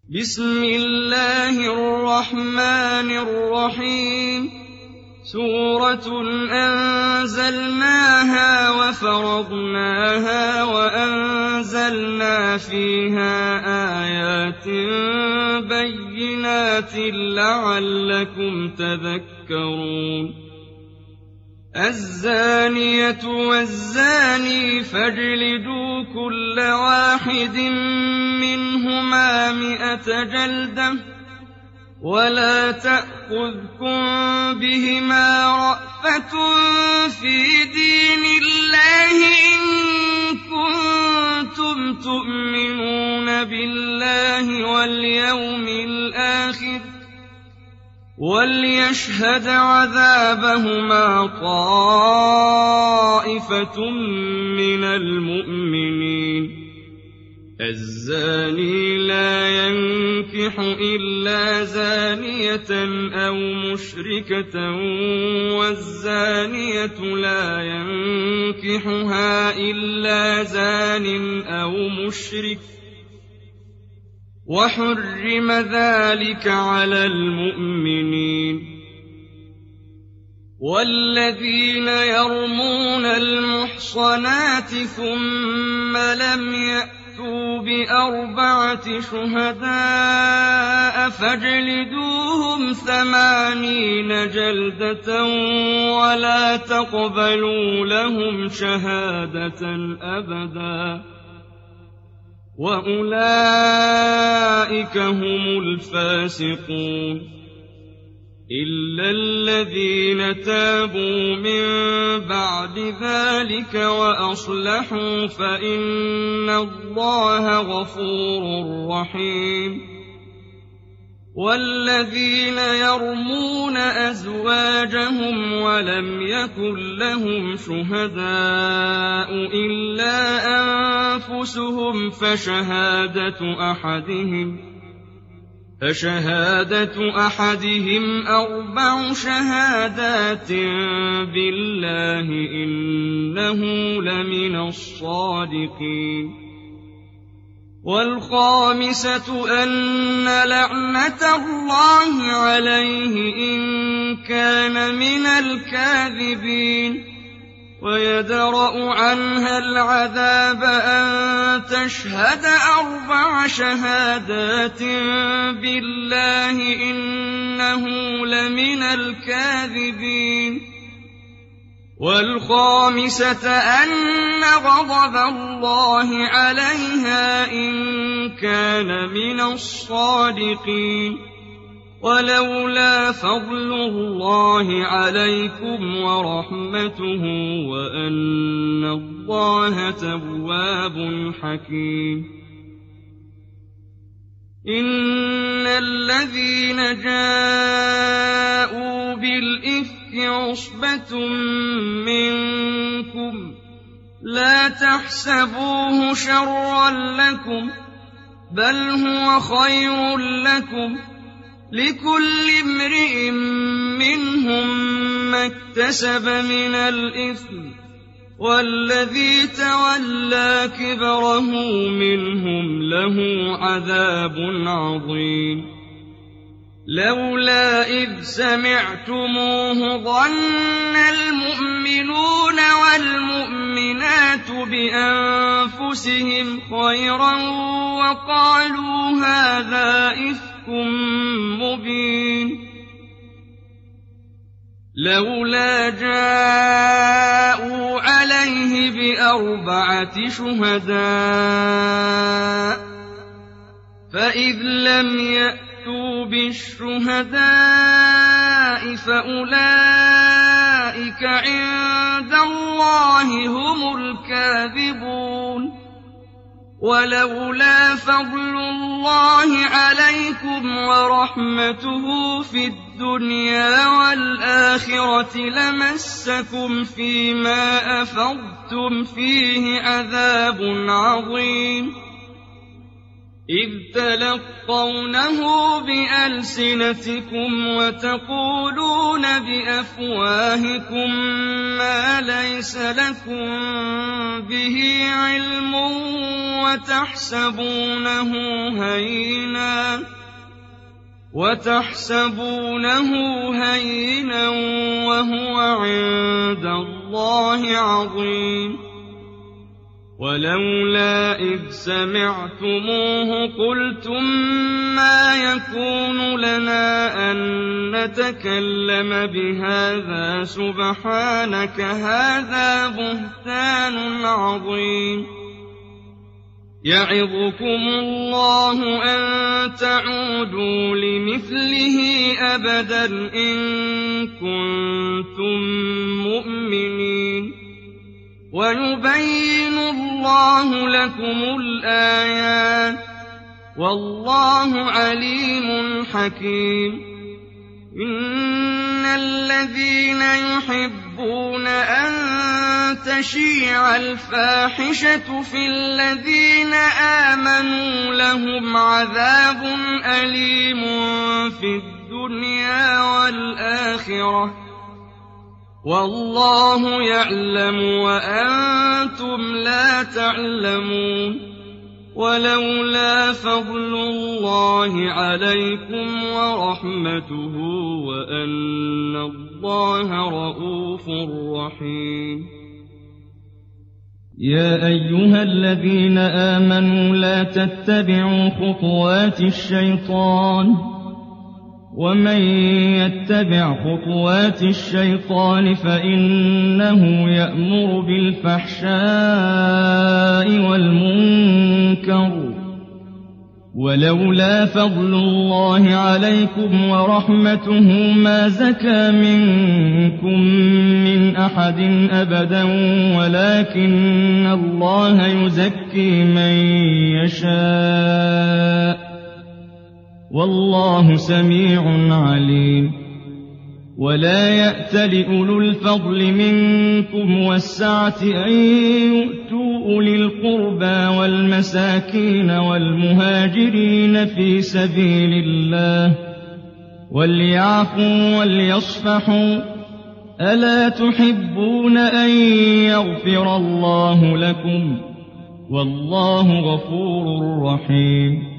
بسم الله الرحمن الرحيم سورة أنزلناها وفرضناها وأنزلنا فيها آيات بينات لعلكم تذكرون الزانية والزاني فاجلدوا كل واحد منهما 100 جلدة ولا تأخذكم بهما رأفة في دين الله إن كنتم تؤمنون بالله واليوم الآخر وليشهد عذابهما طائفة من المؤمنين الزاني لا ينكح إلا زانية أو مشركة والزانية لا ينكحها إلا زان أو مشرك وحرم ذلك على المؤمنين والذين يرمون المحصنات ثم لم يأتوا ب4 شهداء فاجلدوهم 80 جلدة ولا تقبلوا لهم شهادة أبدا وأولئك هم الفاسقون إلا الذين تابوا من بعد ذلك وأصلحوا فإن الله غفور رحيم والذين يرمون أزواجهم ولم يكن لهم شهداء إلا أنفسهم فشهادة أحدهم 4 شهادات بالله إنه لمن الصادقين والخامسة أن لعنة الله عليه إن كان من الكاذبين ويدرأ عنها العذاب أن تشهد 4 شهادات بالله إنه لمن الكاذبين والخامسة أن غضب الله عليها إن كان من الصادقين ولولا فضل الله عليكم ورحمته وأن الله تواب حكيم إن الذين جاءوا بالإفك عصبة منكم لا تحسبوه شرا لكم بل هو خير لكم لكل امرئ منهم ما اكتسب من الإثم والذي تولى كبره منهم له عذاب عظيم لولا إذ سمعتموه ظن المؤمنون والمؤمنات بأنفسهم خيرا وقالوا هذا إفك مبين لولا جاءوا عليه ب4 شهداء فإذ لم يأتوا بالشهداء فأولئك عند الله هم الكاذبون ولولا فضل الله عليكم ورحمته في الدنيا والآخرة لمسكم فيما أفضتم فيه عذاب عظيم إذ تلقونه بألسنتكم وتقولون بأفواهكم ما ليس لكم به علم وتحسبونه هينا وهو عند الله عظيم ولولا إذ سمعتموه قلتم ما يكون لنا أن نتكلم بهذا سبحانك هذا بهتان عظيم يعظكم الله أن تعودوا لمثله أبدا إن كنتم مؤمنين ويبين الله لكم الآيات والله عليم حكيم إن الذين يحبون أن تشيع الفاحشة في الذين آمنوا لهم عذاب أليم في الدنيا والآخرة والله يعلم وأنتم لا تعلمون ولولا فضل الله عليكم ورحمته وأن الله رءوف رحيم يا أيها الذين آمنوا لا تتبعوا خطوات الشيطان ومن يتبع خطوات الشيطان فإنه يأمر بالفحشاء والمنكر ولولا فضل الله عليكم ورحمته ما زكى منكم من أحد أبدا ولكن الله يزكي من يشاء والله سميع عليم ولا يأتل أولو الفضل منكم والسعة أن يؤتوا أولي القربى والمساكين والمهاجرين في سبيل الله وليعفوا وليصفحوا ألا تحبون أن يغفر الله لكم والله غفور رحيم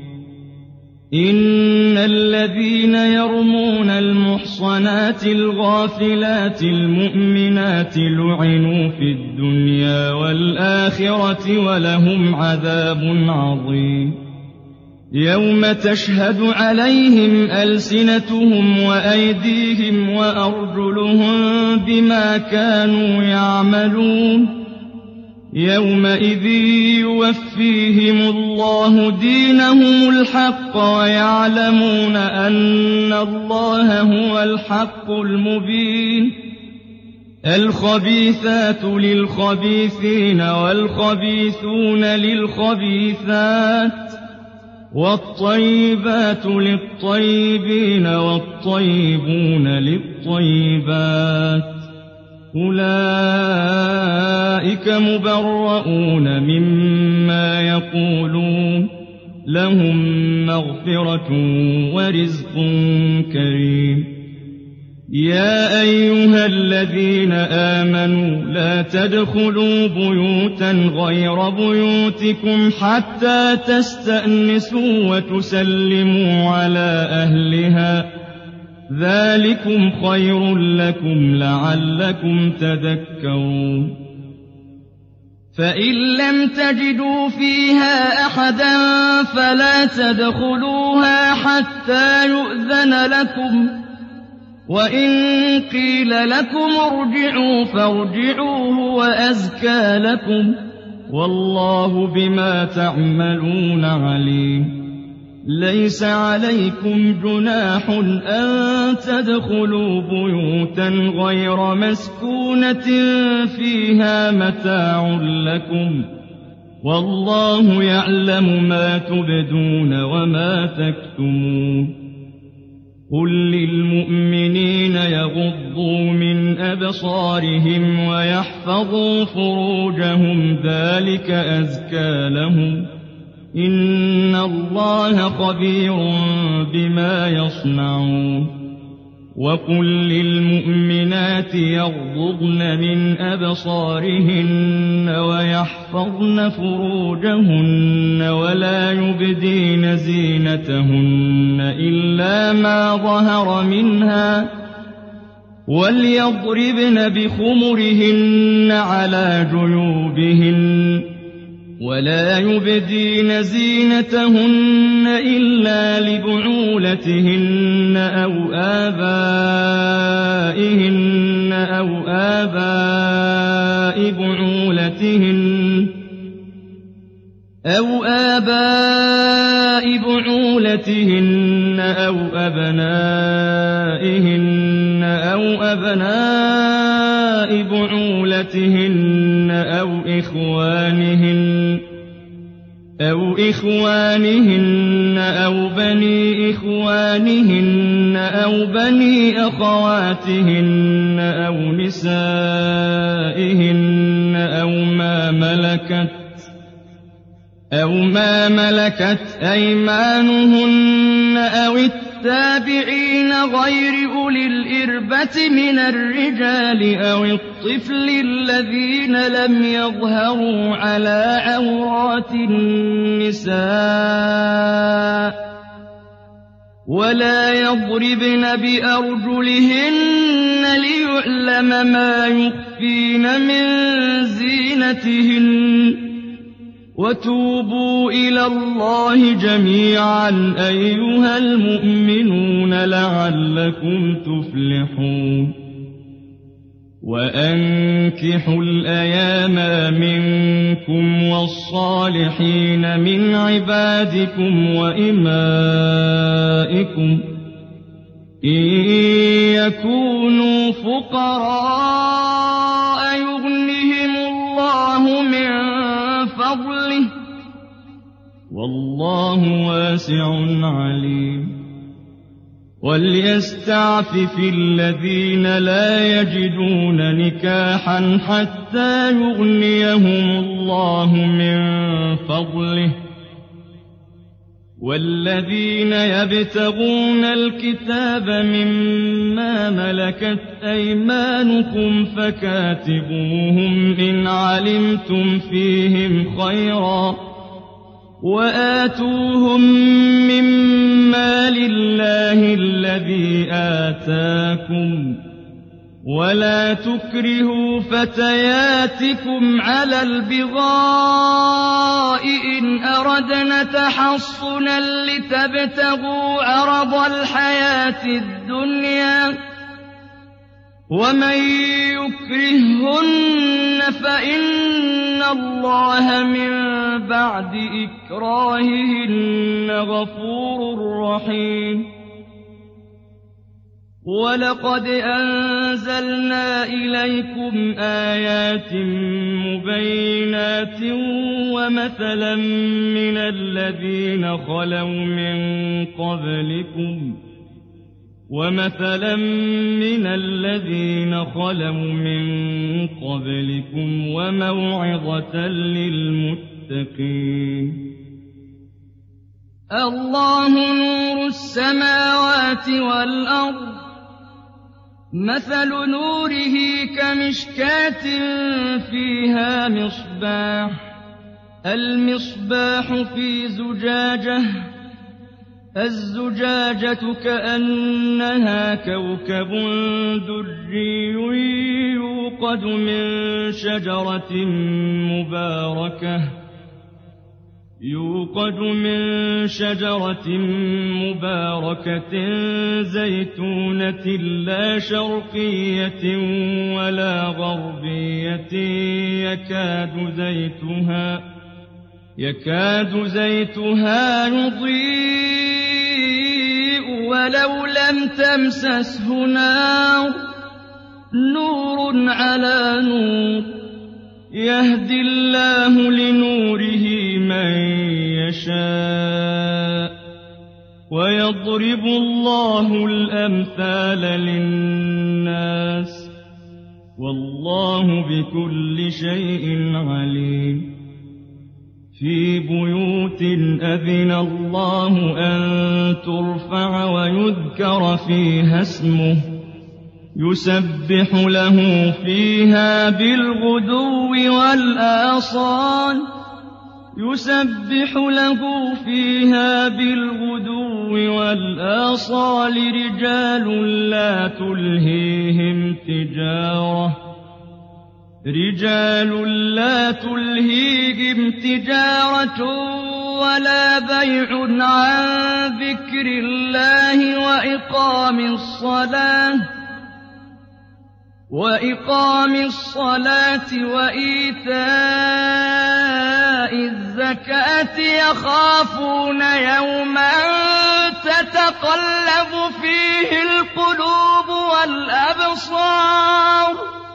إن الذين يرمون المحصنات الغافلات المؤمنات لعنوا في الدنيا والآخرة ولهم عذاب عظيم يوم تشهد عليهم ألسنتهم وأيديهم وأرجلهم بما كانوا يعملون يومئذ يوفيهم الله دينهم الحق ويعلمون أن الله هو الحق المبين الخبيثات للخبيثين والخبيثون للخبيثات والطيبات للطيبين والطيبون للطيبات أولئك مبرؤون مما يقولون لهم مغفرة ورزق كريم يا أيها الذين آمنوا لا تدخلوا بيوتا غير بيوتكم حتى تستأنسوا وتسلموا على أهلها ذلكم خير لكم لعلكم تذكرون فإن لم تجدوا فيها أحدا فلا تدخلوها حتى يؤذن لكم وإن قيل لكم ارجعوا فارجعوا هو أزكى لكم والله بما تعملون عليم ليس عليكم جناح أن تدخلوا بيوتا غير مسكونة فيها متاع لكم والله يعلم ما تبدون وما تكتمون قل للمؤمنين يغضوا من أبصارهم ويحفظوا فروجهم ذلك أزكى لهم إن الله خبير بما يصنعون وقل للمؤمنات يغضضن من أبصارهن ويحفظن فروجهن ولا يبدين زينتهن إلا ما ظهر منها وليضربن بخمرهن على جيوبهن ولا يبدين زينتهن إلا لبعولتهن أو آبائهن أو آباء بعولتهن أو أبنائهن أو أبناء بعولتهن أو إخوانهن أو بني إخوانهن أو بني أخواتهن أو نسائهن أو ما ملكت أيمانهن أو التابعين غير أولي الإربة من الرجال أو الطفل الذين لم يظهروا على عورات النساء ولا يضربن بأرجلهن ليعلم ما يخفين من زينتهن وتوبوا إلى الله جميعا أيها المؤمنون لعلكم تفلحون وأنكحوا الأيام منكم والصالحين من عبادكم وإمائكم إن يكونوا فقراء يغنهم الله من فضله والله واسع عليم وليستعفف الذين لا يجدون نكاحا حتى يغنيهم الله من فضله والذين يبتغون الكتاب مما ملكت أيمانكم فكاتبوهم إن علمتم فيهم خيرا وآتوهم مما لله الذي آتاكم ولا تكرهوا فتياتكم على البغاء إن أردنا تحصنا لتبتغوا عرض الحياة الدنيا ومن يكرههن فإن الله من بعد إكراههن غفور رحيم ولقد أنزلنا إليكم آيات مبينات ومثلا من الذين خلوا من قبلكم وموعظة للمتقين الله نور السماوات والأرض مثل نوره كمشكاة فيها مصباح المصباح في زجاجة الزجاجة كأنها كوكب دري يوقد من شجرة مباركة زيتونة لا شرقية ولا غربية يكاد زيتها يضيء ولو لم تمسسه نار نور على نور يهدي الله لنوره من يشاء ويضرب الله الأمثال للناس والله بكل شيء عليم في بيوت أذن الله أن ترفع ويذكر فيها اسمه يسبح له فيها بالغدو والآصال رجال لا تلهيهم تجارة ولا بيع عن ذكر الله وإقام الصلاة وإيتاء الزكاة يخافون يوما تتقلب فيه القلوب والأبصار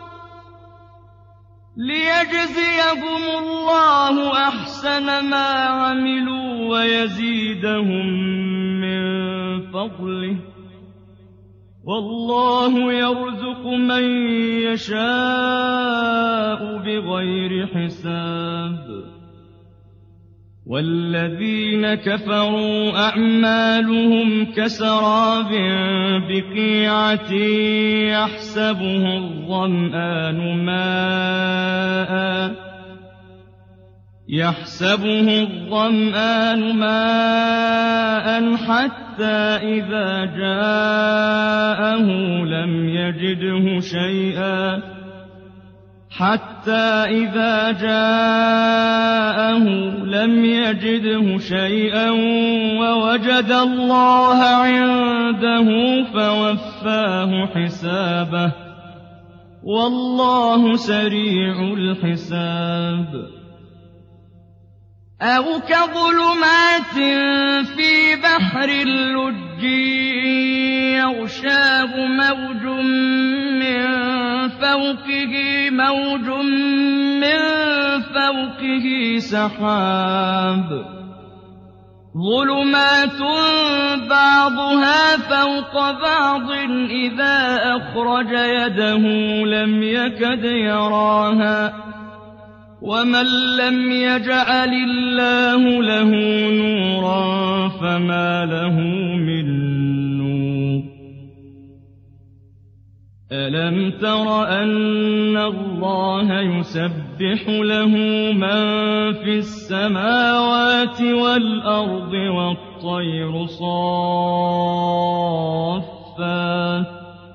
ليجزيهم الله أحسن ما عملوا ويزيدهم من فضله والله يرزق من يشاء بغير حساب والذين كفروا أعمالهم كسراب بقيعة يحسبه الظمآن ماء حتى إذا جاءه لم يجده شيئا ووجد الله عنده فوفاه حسابه والله سريع الحساب أو كظلمات في بحر اللج يغشاه موج من فوقه سحاب ظلمات بعضها فوق بعض إذا أخرج يده لم يكد يراها ومن لم يجعل الله له نورا فما له من نور ألم تر أن الله يسبح له من في السماوات والأرض والطير صافات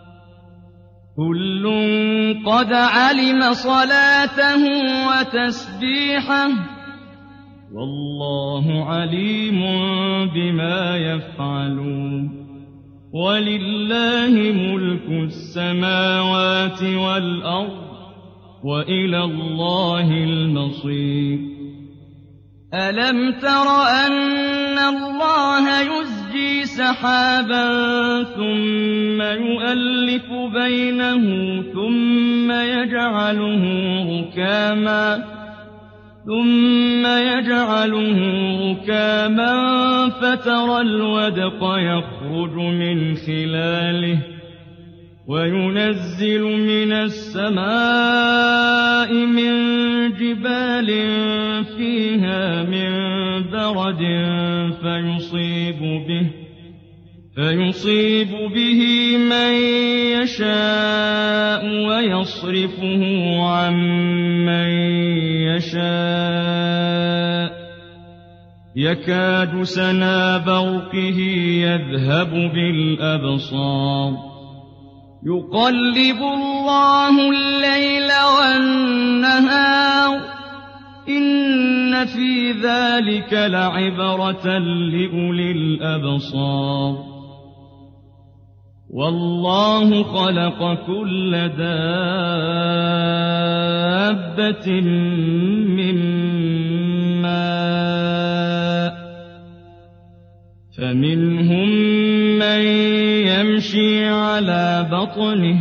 كل قد علم صلاته وتسبيحه والله عليم بما يفعلون ولله ملك السماوات والأرض وإلى الله المصير ألم تر أن الله يزجي سحابا ثم يؤلف بينه ثم يجعله ركاما فترى الودق يخرج من خلاله وينزل من السماء من جبال فيها من برد فيصيب به من يشاء ويصرفه عن من يشاء يكاد سنا برقه يذهب بالأبصار يقلب الله الليل والنهار إن في ذلك لعبرة لأولي الأبصار والله خلق كل دابة من ماء فمنهم من يمشي على بطنه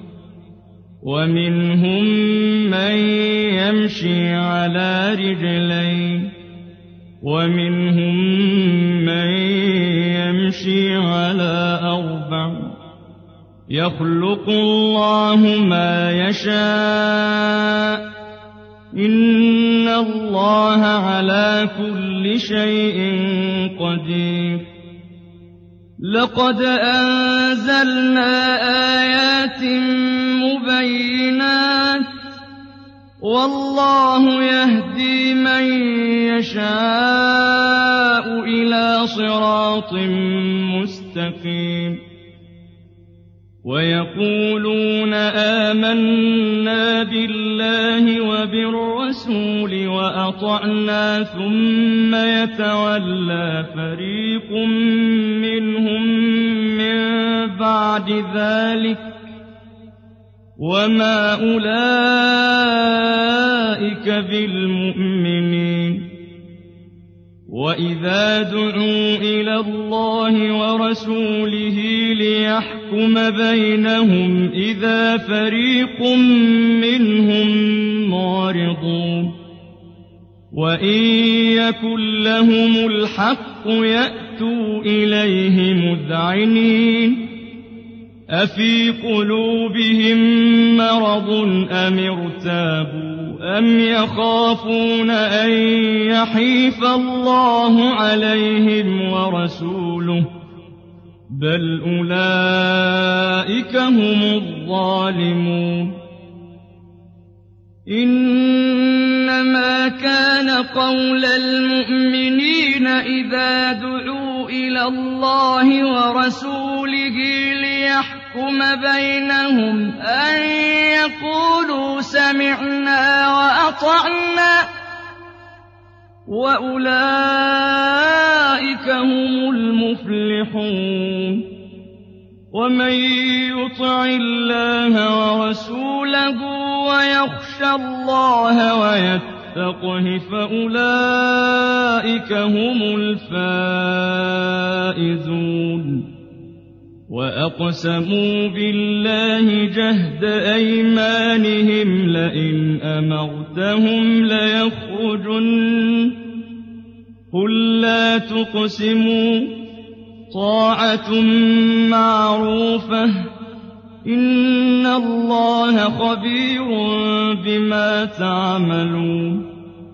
ومنهم من يمشي على رجلين ومنهم من يمشي على أربع يخلق الله ما يشاء إن اللَّهَ عَلَىٰ كُلِّ شَيْءٍ قَدِيرٌ لَقَدْ أَنزَلْنَا آيَاتٍ مُبَيِّنَاتٍ وَاللَّهُ يَهْدِي مَن يَشَاءُ إِلَىٰ صِرَاطٍ مُّسْتَقِيمٍ وَيَقُولُونَ آمَنَّا بِاللَّهِ وَبِالرَّسُولِ وَأَطَعْنَا ثُمَّ يَتَوَلَّىٰ فَرِيقٌ مِّنْهُم مِّن بَعْدِ ذَٰلِكَ وَمَا أُولَٰئِكَ بِالْمُؤْمِنِينَ وَإِذَا دُعُوا إِلَى اللَّهِ وَرَسُولِهِ لِيَحْكُمَ بَيْنَهُمْ إِذَا فَرِيقٌ مِّنْهُم مُّعْرِضُونَ وَإِن يَكُن لَّهُمُ الْحَقُّ يَأْتُوا إِلَيْهِ مُذْعِنِينَ أَفِي قُلُوبِهِم مَّرَضٌ أَمِ ارْتَابُوا أَمْ يَخَافُونَ أَن يَحِيفَ اللَّهُ عَلَيْهِمْ وَرَسُولُهُ بَلْ أُولَٰئِكَ هُمُ الظَّالِمُونَ إِنَّمَا كَانَ قَوْلَ الْمُؤْمِنِينَ إِذَا دُعُوا إِلَى اللَّهِ وَرَسُولِهِ لِيَحْكُمَ بَيْنَهُمْ أَن يَقُولُوا سَمِعْنَا وَأَطَعْنَا وَأُولَٰئِكَ هُمُ الْمُفْلِحُونَ وَمَن يُطِعِ اللَّهَ وَرَسُولَهُ وَيَخْشَ اللَّهَ وَيَتَّقْهِ فَأُولَٰئِكَ هُمُ الْفَائِزُونَ وَأَقْسَمُوا بِاللَّهِ جَهْدَ أَيْمَانِهِمْ لَئِنْ أَمَرْتَهُمْ لَيَخْرُجُنَّ قُل لَّا تُقْسِمُوا طَاعَةٌ مَّعْرُوفَةٌ إِنَّ اللَّهَ خَبِيرٌ بِمَا تَعْمَلُونَ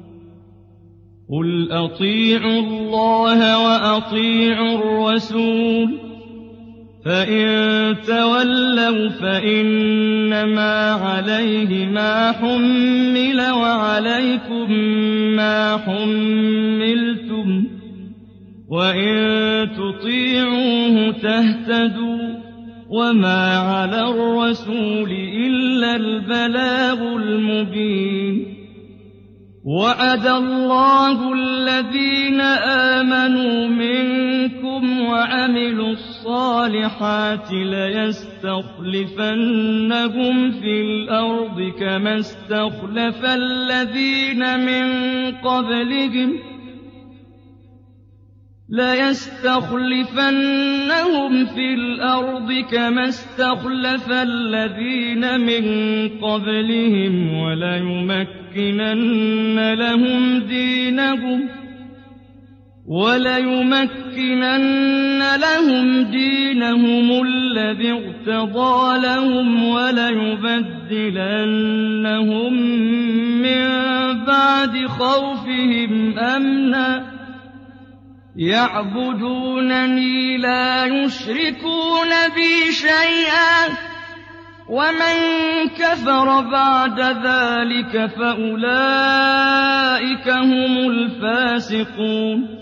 قُلْ أَطِيعُوا اللَّهَ وَأَطِيعُوا الرَّسُولَ فَإِن تَوَلَّوْا فَإِنَّمَا عَلَيْهِ مَا حُمِّلَ وَعَلَيْكُم مَّا حُمِّلْتُمْ وَإِن تُطِيعُوهُ تَهْتَدُوا وَمَا عَلَى الرَّسُولِ إِلَّا الْبَلَاغُ الْمُبِينُ وَعَدَ اللَّهُ الَّذِينَ آمَنُوا مِنكُمْ وَعَمِلُوا الصَّالِحَاتِ لَيَسْتَخْلِفَنَّهُمْ فِي الْأَرْضِ كَمَا اسْتَخْلَفَ الَّذِينَ مِن قَبْلِهِمْ وَلَيُمَكِّنَنَّ لَهُمْ دِينَهُمُ الَّذِي ارْتَضَىٰ لَهُمْ وَلَيُبَدِّلَنَّهُم مِّن بَعْدِ خَوْفِهِمْ أَمْنًا يَعْبُدُونَنِي لَا يُشْرِكُونَ بِي شَيْئًا وَمَن كَفَرَ بَعْدَ ذَٰلِكَ فَأُولَٰئِكَ هُمُ الْفَاسِقُونَ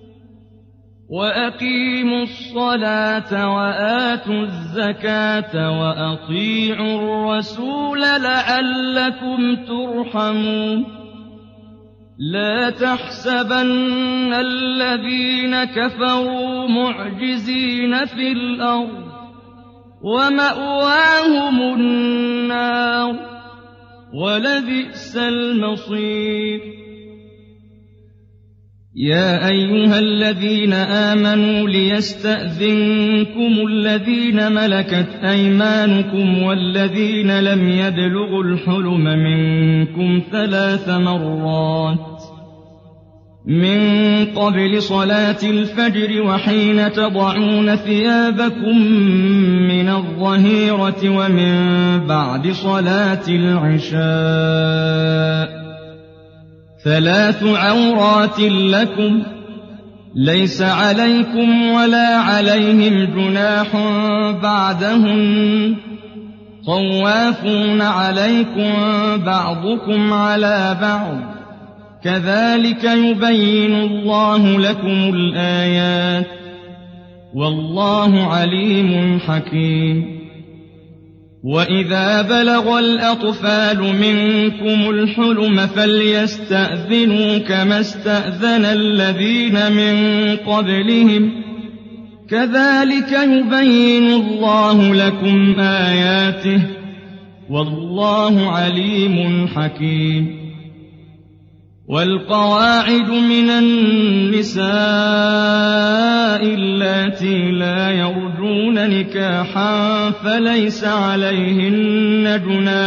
وَأَقِيمُوا الصَّلَاةَ وَآتُوا الزَّكَاةَ وَأَطِيعُوا الرَّسُولَ لَعَلَّكُمْ تُرْحَمُونَ لَا تَحْسَبَنَّ الَّذِينَ كَفَرُوا مُعْجِزِينَ فِي الْأَرْضِ وَمَأْوَاهُمُ النَّارُ وَلَبِئْسَ الْمَصِيرُ يَا أَيُّهَا الَّذِينَ آمَنُوا لِيَسْتَأْذِنكُمُ الَّذِينَ مَلَكَتْ أَيْمَانُكُمْ وَالَّذِينَ لَمْ يَبْلُغُوا الْحُلُمَ مِنكُمْ 3 مرات من قبل صلاة الفجر وحين تضعون ثيابكم من الظهيرة ومن بعد صلاة العشاء ثلاث عورات لكم ليس عليكم ولا عليهم جناح بعدهن طوافون عليكم بعضكم على بعض كذلك يبين الله لكم الآيات والله عليم حكيم وإذا بلغ الأطفال منكم الحلم فليستأذنوا كما استأذن الذين من قبلهم كذلك يبين الله لكم آياته والله عليم حكيم والقواعد من النساء اللاتي لا يرجون نكاحا فليس عليهن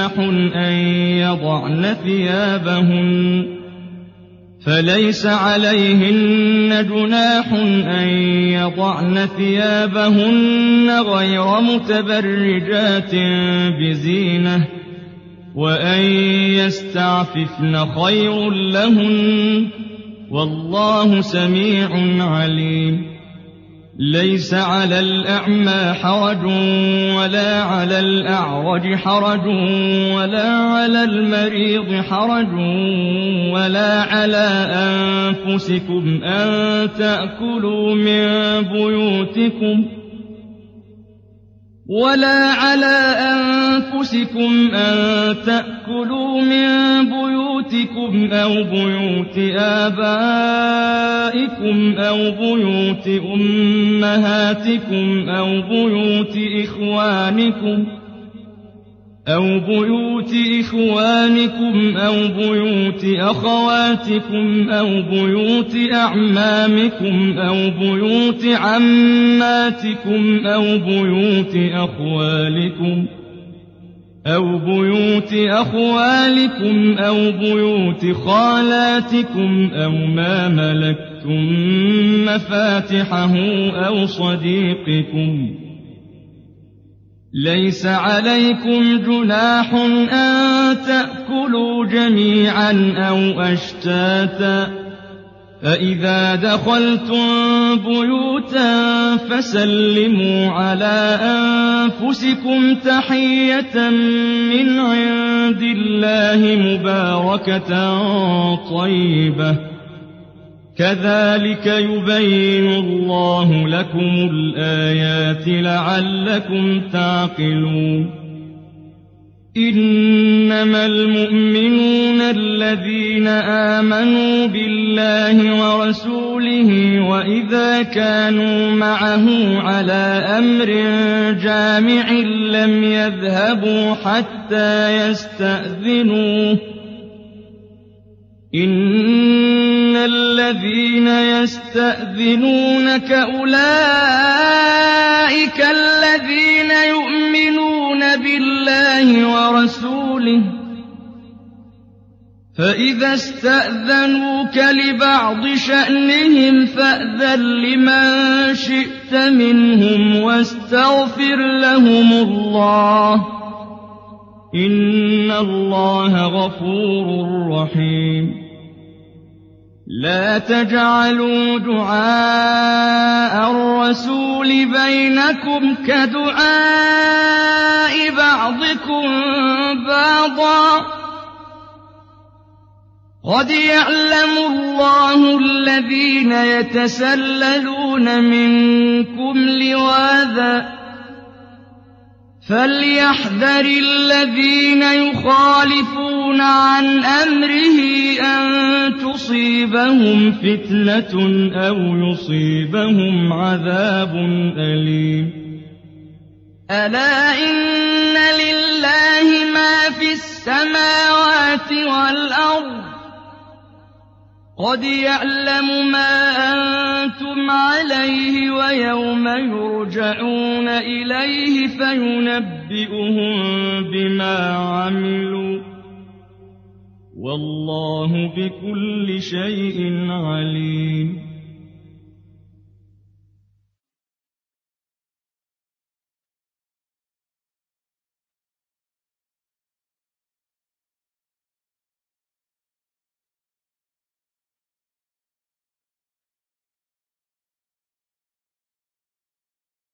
جناح أن يضعن ثيابهن غير متبرجات بزينة وأن يستعففن خير لهن والله سميع عليم ليس على الأعمى حرج ولا على الأعرج حرج ولا على المريض حرج ولا على أنفسكم أن تأكلوا من بيوتكم أو بيوت آبائكم أو بيوت أمهاتكم أو بيوت إخوانكم أو بيوت أخواتكم أو بيوت أعمامكم أو بيوت عماتكم أو بيوت أخوالكم أو بيوت خالاتكم أو ما ملكتم مفاتحه أو صديقكم ليس عليكم جناح أن تأكلوا جميعا أو أشتاتا فإذا دخلتم بيوتا فسلموا على أنفسكم تحية من عند الله مباركة طيبة كذلك يبين الله لكم الآيات لعلكم تعقلون إنما المؤمنون الذين آمنوا بالله ورسوله وإذا كانوا معه على أمر جامع لم يذهبوا حتى يستأذنوه إن الذين يستأذنونك أولئك الذين يؤمنون بالله ورسوله فإذا استأذنوك لبعض شأنهم فأذن لمن شئت منهم واستغفر لهم الله إن الله غفور رحيم لا تجعلوا دعاء الرسول بينكم كدعاء بعضكم بعضا قد يعلم الله الذين يتسللون منكم لواذا فليحذر الذين يخالفون عن أمره أن تصيبهم فتنة أو يصيبهم عذاب أليم ألا إن لله ما في السماوات والأرض قد يعلم ما أنتم عليه ويوم يرجعون إليه فينبئهم بما عملوا والله بكل شيء عليم